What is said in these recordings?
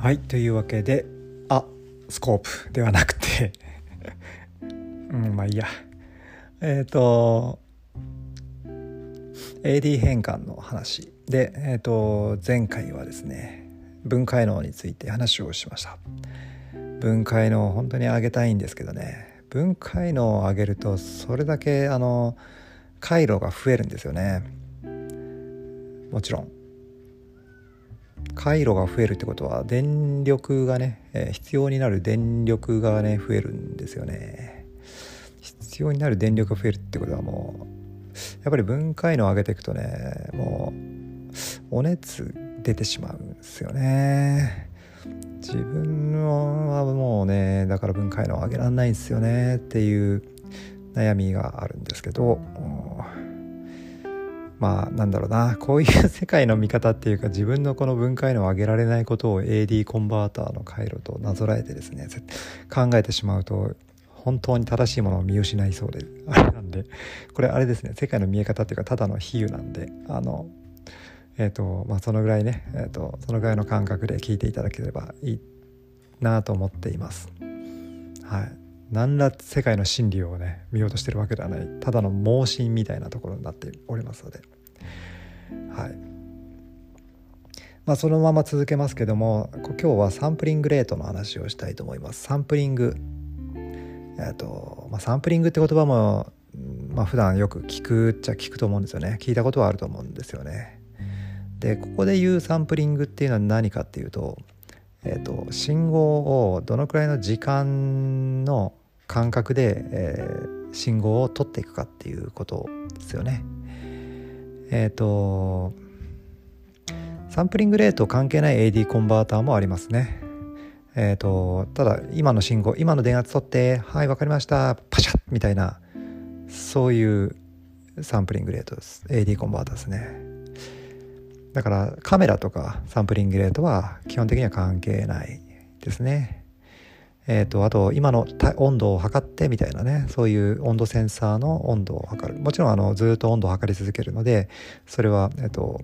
はい、というわけでスコープではなくてまあいいやAD 変換の話で、前回はですね分解能について話をしました。分解能本当に上げたいんですけどね、分解能を上げるとそれだけ回路が増えるんですよね。もちろん回路が増えるってことは電力がね、必要になる電力がね増えるんですよね。必要になる電力が増えるってことはもうやっぱり分解能を上げていくとね、もうお熱出てしまうんですよね。自分はもうねだから分解能を上げられないんですよねっていう悩みがあるんですけど、まあなんだろうな、こういう世界の見方っていうか、自分のこの分解能を上げられないことを AD コンバーターの回路となぞらえてですね考えてしまうと本当に正しいものを見失いそうであれなんで、これあれですね、世界の見え方っていうかただの比喩なんでそのぐらいね、そのぐらいの感覚で聞いていただければいいなと思っています。はい、何ら世界の真理をね見ようとしてるわけではない、ただの盲信みたいなところになっておりますので、はい、そのまま続けますけども、今日はサンプリングレートの話をしたいと思います。サンプリング、サンプリングって言葉も、普段よく聞くと思うんですよね。聞いたことはあると思うんですよね。でここで言うサンプリングっていうのは何かっていうと、信号をどのくらいの時間の間隔で、信号を取っていくかっていうことですよね。サンプリングレート関係ない AD コンバーターもありますね。ただ今の信号、今の電圧取って、はい分かりましたパシャッみたいな、そういうサンプリングレートです。 AD コンバーターですね。だからカメラとかサンプリングレートは基本的には関係ないですね。あと今の温度を測ってみたいなね、そういう温度センサーの温度を測る、もちろんずっと温度を測り続けるので、それは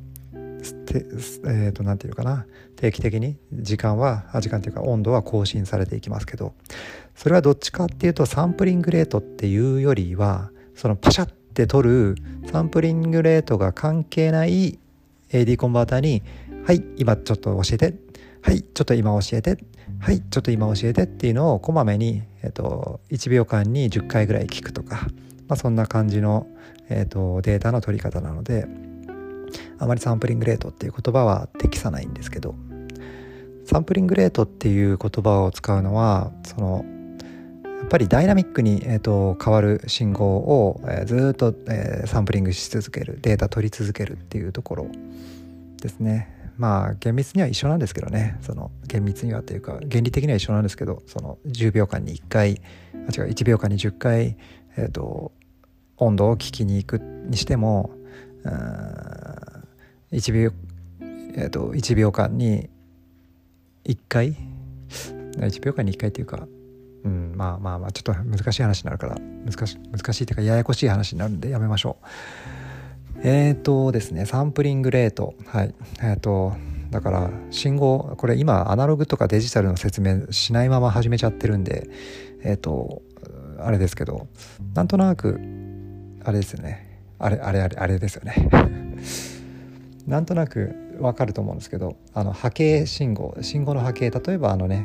なんていうかな、定期的に時間っていうか温度は更新されていきますけど、それはどっちかっていうとサンプリングレートっていうよりは、そのパシャって取るサンプリングレートが関係ない AD コンバーターに、はい今ちょっと教えて、はいちょっと今教えて、はいちょっと今教えてっていうのをこまめに、1秒間に10回ぐらい聞くとか、そんな感じの、データの取り方なので、あまりサンプリングレートっていう言葉は適さないんですけど、サンプリングレートっていう言葉を使うのは、やっぱりダイナミックに、変わる信号を、ずっと、サンプリングし続ける、データ取り続けるっていうところですね。厳密には一緒なんですけどね、厳密にはというか原理的には一緒なんですけど、10秒間に1回1秒間に10回、温度を聞きに行くにしても、1秒間に1回1秒間に1回っていうか、ちょっと難しい話になるから、難しいっていうかややこしい話になるんでやめましょう。ですね、サンプリングレート、はい、だから信号、これ今アナログとかデジタルの説明しないまま始めちゃってるんで、あれですけど、なんとなくあれですよね、あれですよねなんとなくわかると思うんですけど、波形信号の波形、例えばなん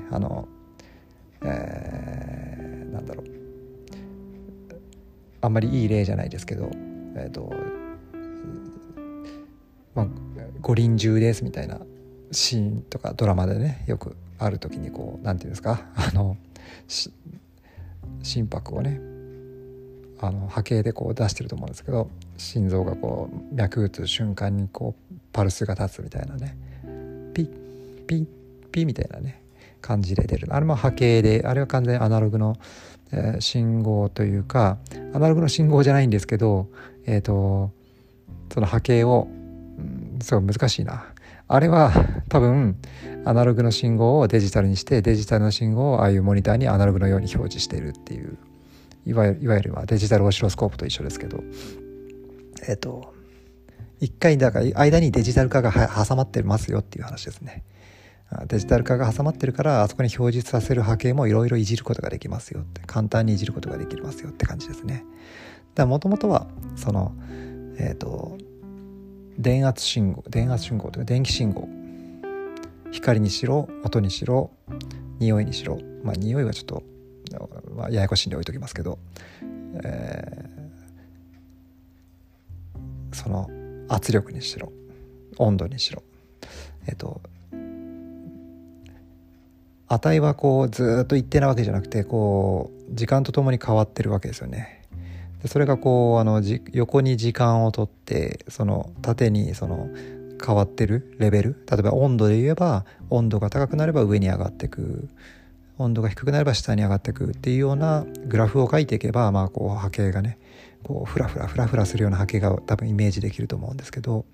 だろう、あんまりいい例じゃないですけど、五輪中ですみたいなシーンとかドラマでねよくある時に、こうなんていうんですか、心拍をね波形でこう出してると思うんですけど、心臓がこう脈打つ瞬間にこうパルスが立つみたいなね、ピッピッピッみたいなね感じで出る、あれも波形で、あれは完全にアナログの、信号というか、アナログの信号じゃないんですけど、その波形を、すごい難しいな、あれは多分アナログの信号をデジタルにして、デジタルの信号をああいうモニターにアナログのように表示しているっていう、いわゆるデジタルオシロスコープと一緒ですけど、一回だから間にデジタル化が挟まってますよっていう話ですね。 デジタル化が挟まってるから、あそこに表示させる波形もいろいろいじることができますよって、簡単にいじることができますよって感じですね。だからもともとはその電圧信号というか電気信号、光にしろ音にしろ匂いにしろ、匂いはちょっと、ややこしいんで置いときますけど、その圧力にしろ温度にしろ、値はこうずっと一定なわけじゃなくて、こう時間とともに変わってるわけですよね。でそれがこう横に時間をとって、その縦にその変わってるレベル、例えば温度で言えば温度が高くなれば上に上がっていく、温度が低くなれば下に上がっていくっていうようなグラフを書いていけば、こう波形がね、こうフラフラするような波形が多分イメージできると思うんですけど、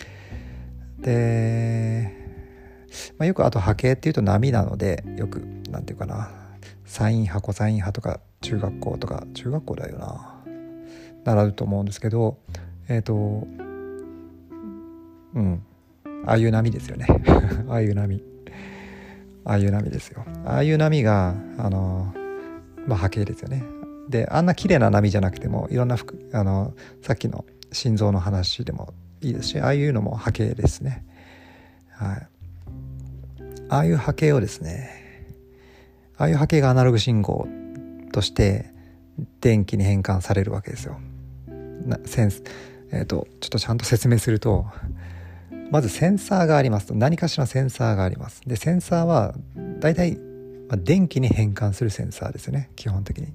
で、よくあと波形っていうと波なので、よくなんていうかな、サイン波コサイン波とか中学校だよな、習うと思うんですけど、ああいう波ですよねああいう波ですよ。ああいう波が波形ですよね。で、あんな綺麗な波じゃなくても、いろんなさっきの心臓の話でもいいですし、ああいうのも波形ですね。はい。ああいう波形をですね、ああいう波形がアナログ信号として電気に変換されるわけですよ。ちょっとちゃんと説明すると、まずセンサーがありますと。何かしらセンサーがあります。でセンサーはだいたい電気に変換するセンサーですよね、基本的に。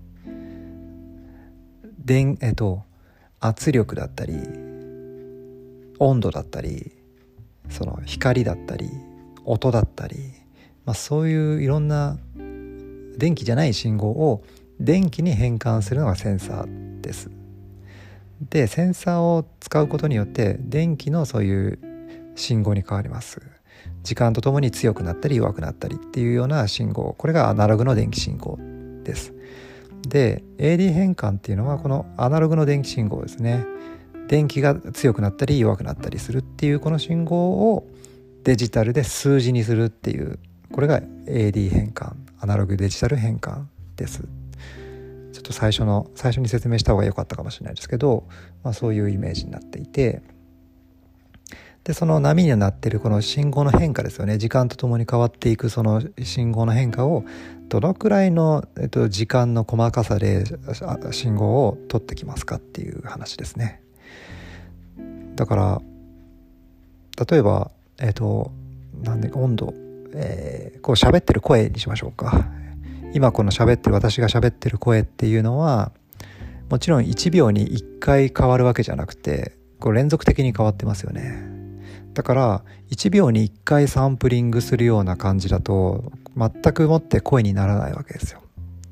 圧力だったり温度だったり、その光だったり音だったり、そういういろんな電気じゃない信号を電気に変換するのがセンサーです。でセンサーを使うことによって電気のそういう信号に変わります。時間とともに強くなったり弱くなったりっていうような信号、これがアナログの電気信号です。で AD 変換っていうのはこのアナログの電気信号ですね。電気が強くなったり弱くなったりするっていうこの信号をデジタルで数字にするっていう、これが AD 変換、アナログデジタル変換です。ちょっと最初に説明した方が良かったかもしれないですけど、そういうイメージになっていて、でその波になっているこの信号の変化ですよね。時間とともに変わっていくその信号の変化をどのくらいの、時間の細かさで信号を取ってきますかっていう話ですね。だから例えば温度、こう喋ってる声にしましょうか。今この私が喋ってる声っていうのはもちろん1秒に1回変わるわけじゃなくて、こう連続的に変わってますよね。だから1秒に1回サンプリングするような感じだと全くもって声にならないわけですよ。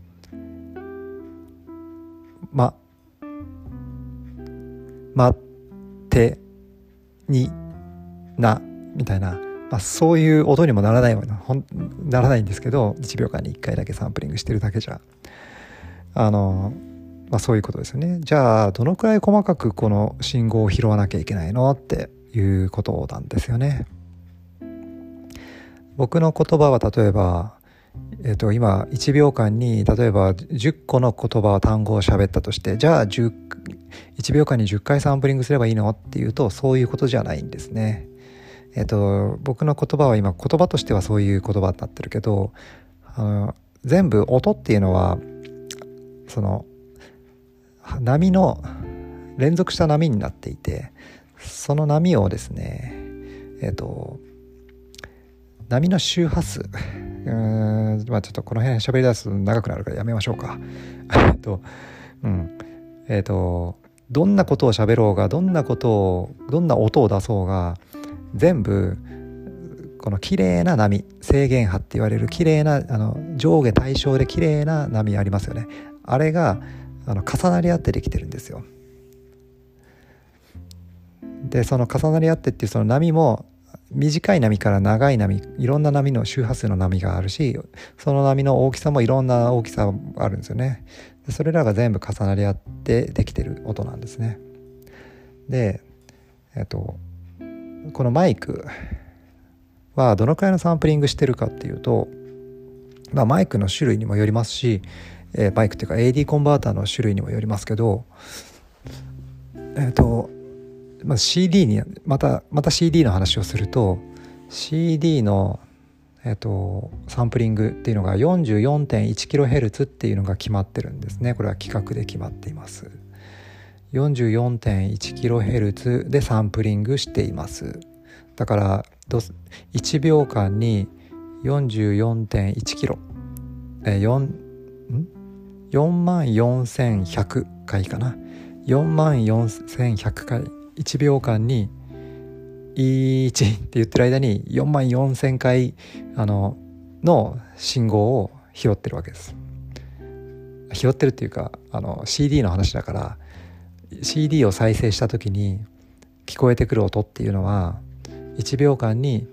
てになみたいな、そういう音にもならないんですけど、1秒間に1回だけサンプリングしてるだけじゃそういうことですよね。じゃあどのくらい細かくこの信号を拾わなきゃいけないのっていうことなんですよね。僕の言葉は例えば、今1秒間に例えば10個の言葉単語を喋ったとして、じゃあ1秒間に10回サンプリングすればいいのっていうと、そういうことじゃないんですね。僕の言葉は今言葉としてはそういう言葉になってるけど、全部音っていうのはその波の連続した波になっていて、その波をですね、波の周波数、ちょっとこの辺喋り出すと長くなるからやめましょうかどんなことを喋ろうが、どんな音を出そうが、全部この綺麗な波、正弦波って言われる綺麗な上下対称で綺麗な波ありますよね。あれが重なり合ってできてるんですよ。でその重なり合ってっていうその波も短い波から長い波、いろんな波の周波数の波があるし、その波の大きさもいろんな大きさあるんですよね。でそれらが全部重なり合ってできてる音なんですね。でこのマイクはどのくらいのサンプリングしてるかっていうと、マイクの種類にもよりますし、マイクっていうか AD コンバーターの種類にもよりますけど、CD にまた CD の話をすると、 CD のサンプリングっていうのが 44.1kHz っていうのが決まってるんですね。これは規格で決まっています。 44.1kHz でサンプリングしています。だから1秒間に 44.1kHz、44,100回かな、44,100回、1秒間に1って言ってる間に44,000回の信号を拾ってるわけです。拾ってるっていうかCD の話だから、 CD を再生した時に聞こえてくる音っていうのは1秒間に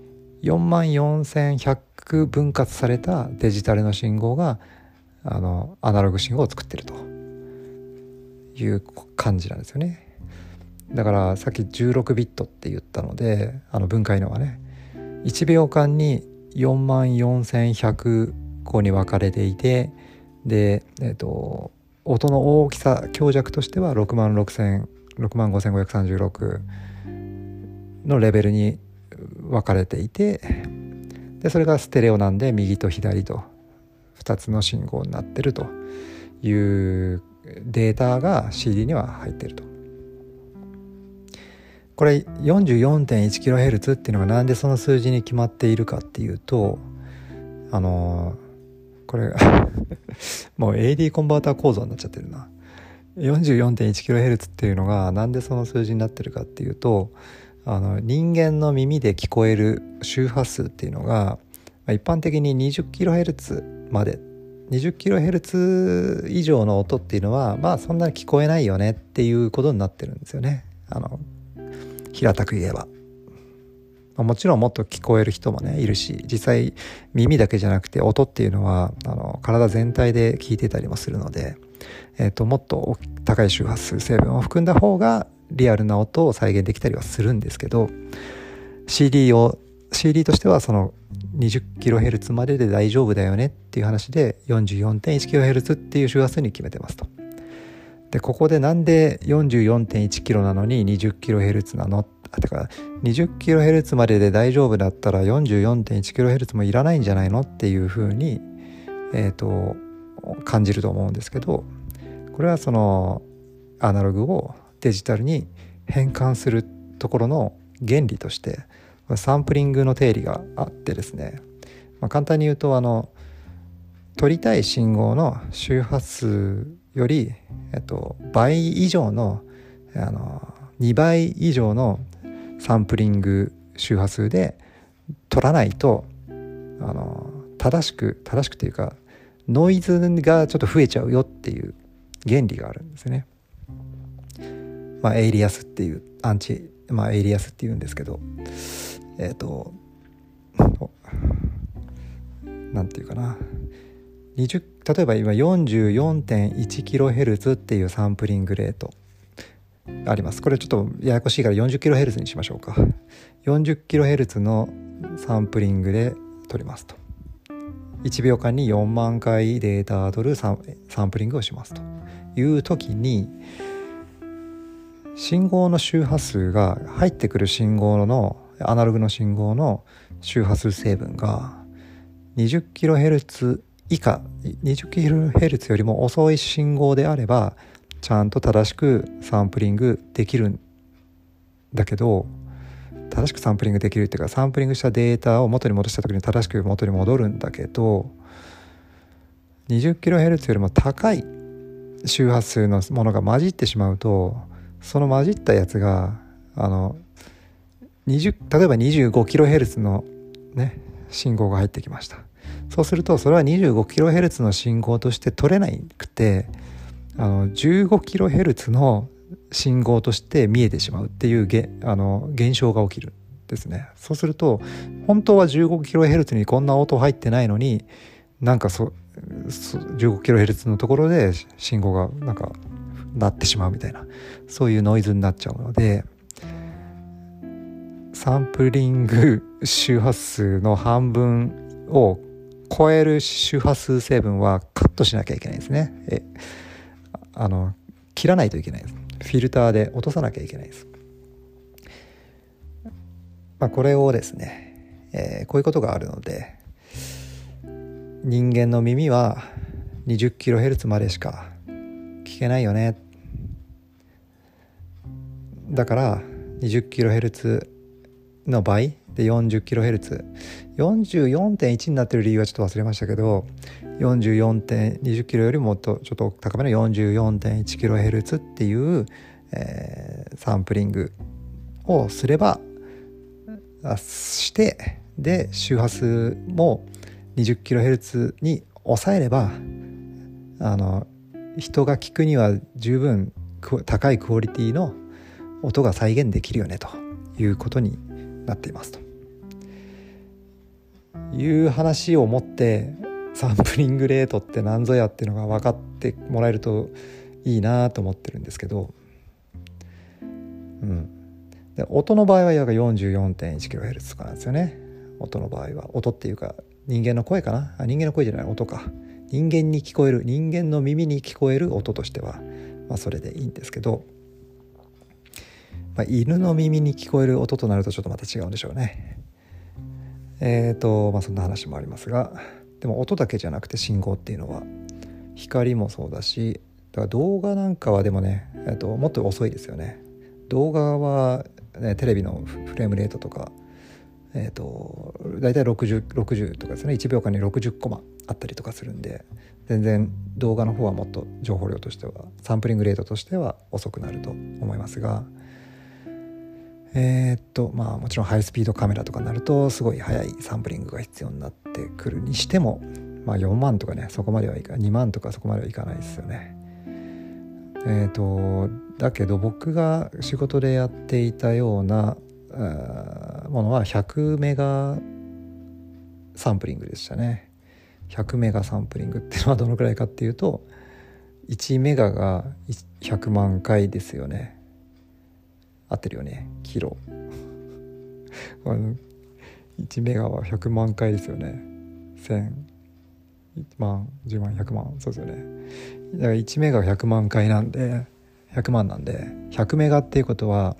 44,100分割されたデジタルの信号がアナログ信号を作ってるという感じなんですよね。だからさっき16ビットって言ったので、分解能はね、1秒間に 44,100 個に分かれていて、で、音の大きさ強弱としては 65,536 のレベルに分かれていて、でそれがステレオなんで右と左と2つの信号になってるというデータが CD には入っていると。これ 44.1kHz っていうのがなんでその数字に決まっているかっていうと、これもう AD コンバーター構造になっちゃってるな。 44.1kHz っていうのがなんでその数字になってるかっていうと、人間の耳で聞こえる周波数っていうのが一般的に 20kHz まで、 20kHz 以上の音っていうのはそんなに聞こえないよねっていうことになってるんですよね。平たく言えば、もちろんもっと聞こえる人もねいるし、実際耳だけじゃなくて音っていうのは体全体で聞いてたりもするので、もっと高い周波数成分を含んだ方がリアルな音を再現できたりはするんですけど、 CD としてはその 20kHz までで大丈夫だよねっていう話で 44.1kHz っていう周波数に決めてますと。でここでなんで 44.1kHz なのに 20kHz なの、だから 20kHz までで大丈夫だったら 44.1kHz もいらないんじゃないのっていうふうに、感じると思うんですけど、これはそのアナログをデジタルに変換するところの原理としてサンプリングの定理があってですね、簡単に言うと取りたい信号の周波数より、倍以上の2倍以上のサンプリング周波数で取らないと正しくというかノイズがちょっと増えちゃうよっていう原理があるんですね。エイリアスっていうエイリアスっていうんですけど、なんていうかな、例えば今 44.1kHz っていうサンプリングレートあります。これちょっとややこしいから 40kHz にしましょうか。 40kHz のサンプリングで取りますと、1秒間に4万回データを取るサンプリングをしますという時に、信号の周波数が入ってくる信号のアナログの信号の周波数成分が 20kHz 以下 20kHz よりも遅い信号であればちゃんと正しくサンプリングできるんだけど、正しくサンプリングできるっていうか、サンプリングしたデータを元に戻した時に正しく元に戻るんだけど、 20kHz よりも高い周波数のものが混じってしまうと、その混じったやつが例えば 25kHz のね信号が入ってきました。そうするとそれは 25kHz の信号として取れなくて15kHz の信号として見えてしまうっていう現象が起きるんですね。そうすると本当は 15kHz にこんな音入ってないのになんか15kHz のところで信号がなんか鳴ってしまうみたいな、そういうノイズになっちゃうので、 サンプリング周波数の半分を超える周波数成分はカットしなきゃいけないんですね。切らないといけないです。フィルターで落とさなきゃいけないです。これをですね、こういうことがあるので、人間の耳は 20kHz までしか聞けないよね。だから 20kHz の倍で 40kHz、 44.1 になってる理由はちょっと忘れましたけど、20キロよりもちょっと高めの 44.1kHz っていう、サンプリングをすればして、で周波数も 20kHz に抑えれば人が聞くには十分高いクオリティの音が再現できるよねということになっていますという話をもって、サンプリングレートって何ぞやっていうのが分かってもらえるといいなと思ってるんですけど、で音の場合は約 44.1kHz とかなんですよね。音の場合は、音っていうか人間の声かな、人間の声じゃない、音か。人間に聞こえる、人間の耳に聞こえる音としては、それでいいんですけど、犬の耳に聞こえる音となるとちょっとまた違うんでしょうね。そんな話もありますが、でも音だけじゃなくて信号っていうのは光もそうだし、だから動画なんかはでもね、もっと遅いですよね。動画は、テレビのフレームレートとか、だいたい60とかですね、1秒間に60コマあったりとかするんで、全然動画の方はもっと情報量としては、サンプリングレートとしては遅くなると思いますが、もちろんハイスピードカメラとかになるとすごい速いサンプリングが必要になってくるにしても、4万とかね、そこまではいかない、2万とかそこまではいかないですよね。だけど僕が仕事でやっていたようなものは100メガサンプリングでしたね。100メガサンプリングっていうのはどのくらいかっていうと、1メガが100万回ですよね。合ってるよね、キロ1メガは100万回ですよね。1000、1万、10万、100万、そうですよね。だから1メガが100万回なんで、100万なんで、100メガっていうことは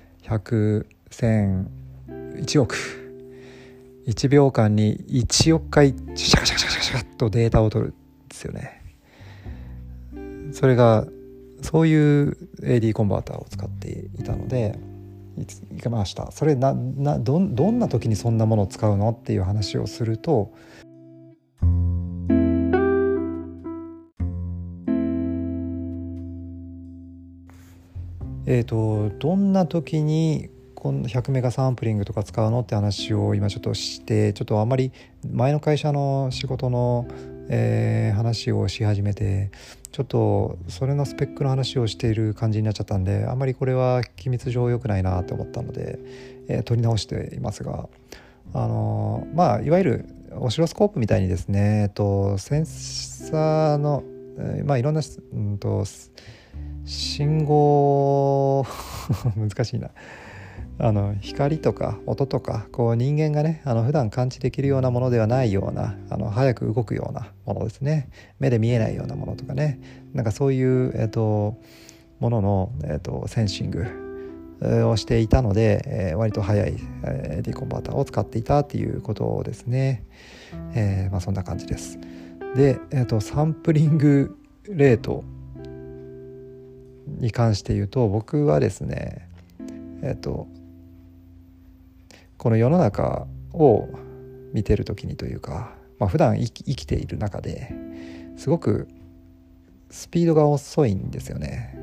100、1000、1億、1秒間に1億回シャカシャカシャカシャカとデータを取るんですよね。それがそういう AD コンバーターを使っていたので、いきました。それどんな時にそんなものを使うのっていう話をすると、どんな時にこの100メガサンプリングとか使うのって話を今ちょっとして、ちょっとあんまり前の会社の仕事の、話をし始めて、ちょっとそれのスペックの話をしている感じになっちゃったんで、あんまりこれは機密上良くないなと思ったので、取り直していますが、いわゆるオシロスコープみたいにですね、センサーの、いろんな、信号難しいな、光とか音とか、こう人間がね、普段感知できるようなものではないような、早く動くようなものですね。目で見えないようなものとかね、なんかそういう、ものの、センシングをしていたので、割と早い、AD コンバーターを使っていたっていうことですね。そんな感じです。で、サンプリングレートに関して言うと、僕はですね、この世の中を見てる時にというか、普段生きている中ですごくスピードが遅いんですよね。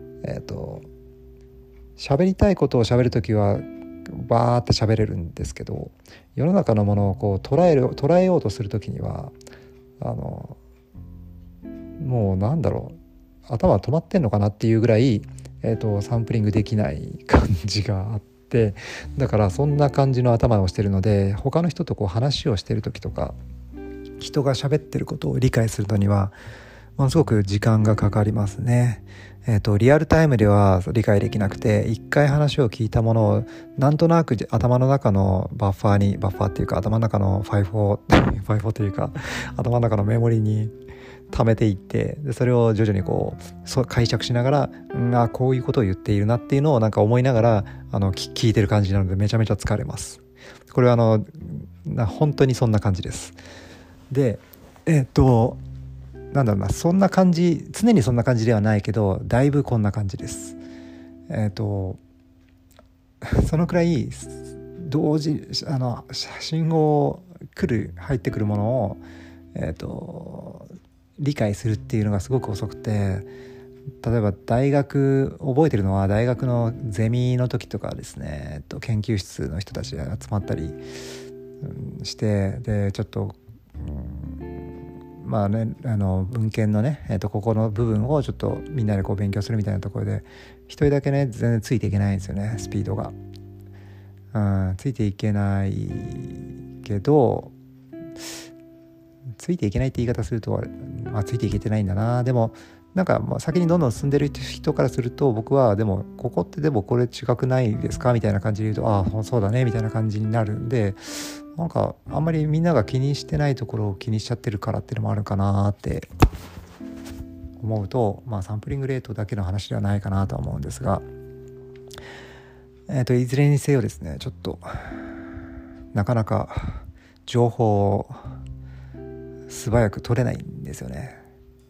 喋りたいことを喋るときはバーって喋れるんですけど、世の中のものをこう捉えようとするときにはもうなんだろう、頭止まってんのかなっていうぐらい、サンプリングできない感じがあって、だからそんな感じの頭をしてるので、他の人とこう話をしてる時とか、人が喋ってることを理解するのにはものすごく時間がかかりますね。リアルタイムでは理解できなくて、一回話を聞いたものをなんとなく頭の中のバッファーっていうか頭の中のファイフォーというか頭の中のメモリに貯めていって、でそれを徐々にこう解釈しながら、こういうことを言っているなっていうのをなんか思いながら聞いてる感じなので、めちゃめちゃ疲れます。これは本当にそんな感じです。でなんだろうな、そんな感じ、常にそんな感じではないけど、だいぶこんな感じです。そのくらい同時信号入ってくるものを、理解するっていうのがすごく遅くて、例えば覚えてるのは大学のゼミの時とかですね、研究室の人たちが集まったりして、でちょっと、文献のね、ここの部分をちょっとみんなでこう勉強するみたいなところで、一人だけね全然ついていけないんですよね、スピードが。ついていけないけど、ついていけないって言い方すると、ついていけてないんだな。でもなんか先にどんどん進んでる人からすると、僕はでもここってでもこれ違くないですかみたいな感じで言うと、そうだねみたいな感じになるんで、なんかあんまりみんなが気にしてないところを気にしちゃってるからっていうのもあるかなって思うと、サンプリングレートだけの話ではないかなとは思うんですが、いずれにせよですね、ちょっとなかなか情報を素早く取れないんですよね。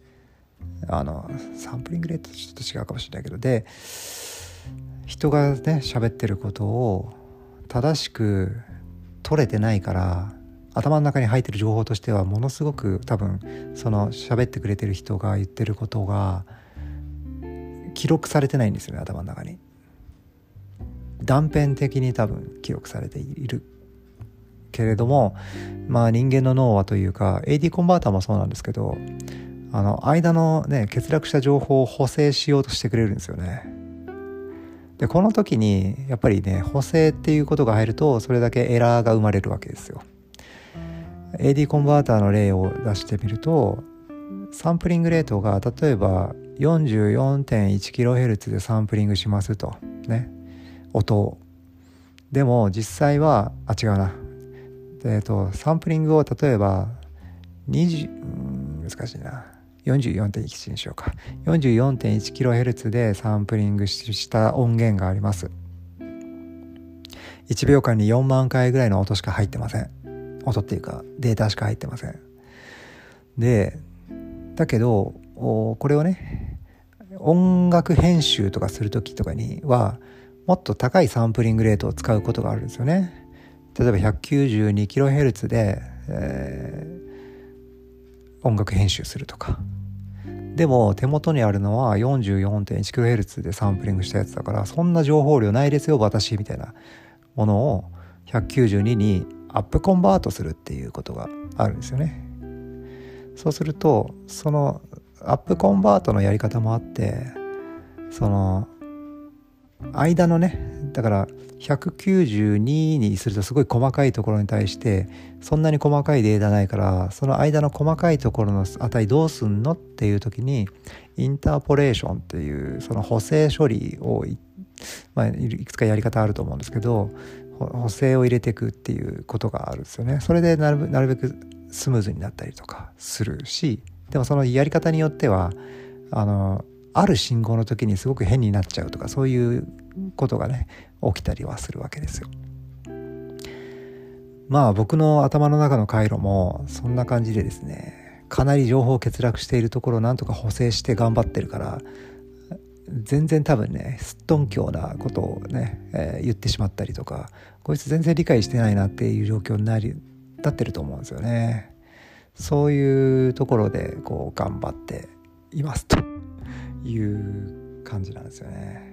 サンプリングレートとちょっと違うかもしれないけど、で人がね喋ってることを正しく取れてないから、頭の中に入ってる情報としてはものすごく多分その喋ってくれてる人が言ってることが記録されてないんですよね、頭の中に。断片的に多分記録されているけれども、人間の脳はというか AD コンバーターもそうなんですけど、間のね欠落した情報を補正しようとしてくれるんですよね。でこの時にやっぱりね、補正っていうことが入るとそれだけエラーが生まれるわけですよ。 AD コンバーターの例を出してみると、サンプリングレートが例えば 44.1kHz でサンプリングしますとね、音を。でも実際は違うな、サンプリングを例えば難しいな、44.1 にしようか。 44.1kHz でサンプリングした音源があります。1秒間に4万回ぐらいの音しか入ってません。音っていうかデータしか入ってません。でだけどこれをね、音楽編集とかする時とかにはもっと高いサンプリングレートを使うことがあるんですよね。例えば 192kHz で、音楽編集するとか。でも手元にあるのは 44.1kHz でサンプリングしたやつだから、そんな情報量ないですよ私みたいなものを192にアップコンバートするっていうことがあるんですよね。そうするとそのアップコンバートのやり方もあって、その間のね、だから192にするとすごい細かいところに対してそんなに細かいデータないから、その間の細かいところの値どうすんのっていう時にインターポレーションっていうその補正処理をいくつかやり方あると思うんですけど、補正を入れていくっていうことがあるんですよね。それでなるべくスムーズになったりとかするし、でもそのやり方によってはある信号の時にすごく変になっちゃうとか、そういうことがね起きたりはするわけですよ。僕の頭の中の回路もそんな感じでですね、かなり情報欠落しているところをなんとか補正して頑張ってるから、全然多分ねすっとんきょうなことをね、言ってしまったりとか、こいつ全然理解してないなっていう状況になってると思うんですよね。そういうところでこう頑張っていますという感じなんですよね。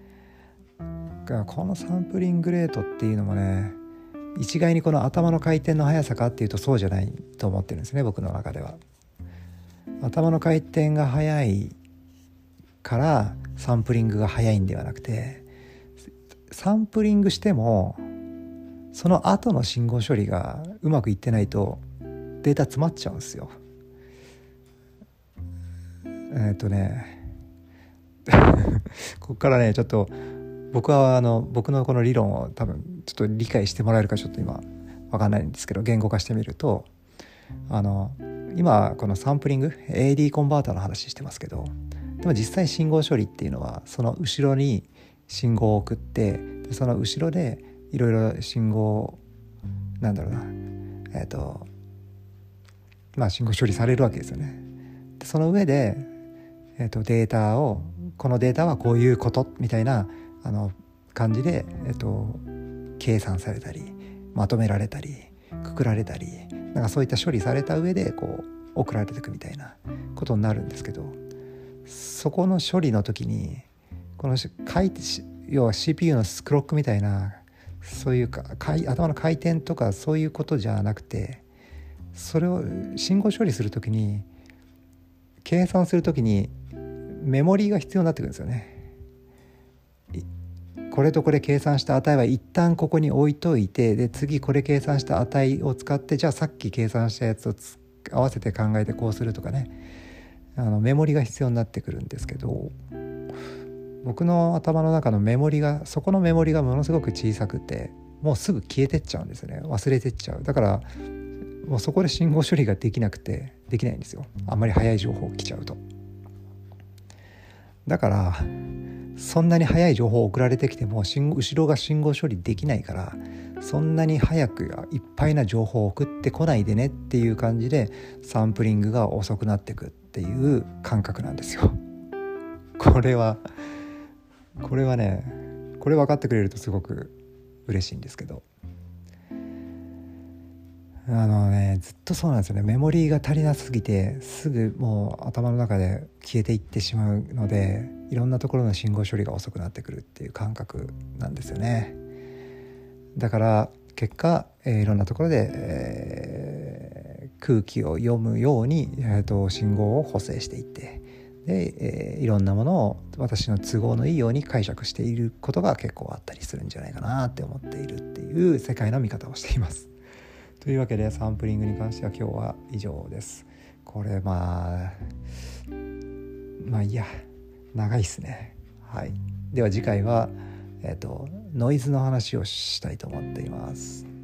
このサンプリングレートっていうのもね、一概にこの頭の回転の速さかっていうとそうじゃないと思ってるんですね、僕の中では。頭の回転が速いからサンプリングが速いんではなくて、サンプリングしてもその後の信号処理がうまくいってないとデータ詰まっちゃうんですよ。 ここからねちょっと僕のこの理論を多分ちょっと理解してもらえるかちょっと今分かんないんですけど、言語化してみると、今このサンプリング AD コンバーターの話してますけど、でも実際信号処理っていうのはその後ろに信号を送って、でその後ろでいろいろ信号信号処理されるわけですよね。でその上で、データをこのデータはこういうことみたいな感じで、計算されたりまとめられたりくくられたり、なんかそういった処理された上でこう送られていくみたいなことになるんですけど、そこの処理の時にこの要は CPU のクロックみたいなそういう頭の回転とかそういうことじゃなくて、それを信号処理するときに計算するときにメモリーが必要になってくるんですよね。これとこれ計算した値は一旦ここに置いといて、で次これ計算した値を使って、じゃあさっき計算したやつを合わせて考えてこうするとかね、メモリが必要になってくるんですけど、僕の頭の中のメモリがそこのメモリがものすごく小さくて、もうすぐ消えてっちゃうんですよね。忘れてっちゃう。だからもうそこで信号処理ができないんですよ。あんまり早い情報来ちゃうと。だからそんなに早い情報送られてきても後ろが信号処理できないから、そんなに早くいっぱいな情報を送ってこないでねっていう感じでサンプリングが遅くなってくっていう感覚なんですよ。これはね、これ分かってくれるとすごく嬉しいんですけど、ずっとそうなんですよね。メモリーが足りなすぎてすぐもう頭の中で消えていってしまうので、いろんなところの信号処理が遅くなってくるっていう感覚なんですよね。だから結果、いろんなところで、空気を読むように、信号を補正していって、で、いろんなものを私の都合のいいように解釈していることが結構あったりするんじゃないかなって思っているっていう世界の見方をしています。というわけでサンプリングに関しては今日は以上です。これまあいいや、長いっすね。はい。では次回はノイズの話をしたいと思っています。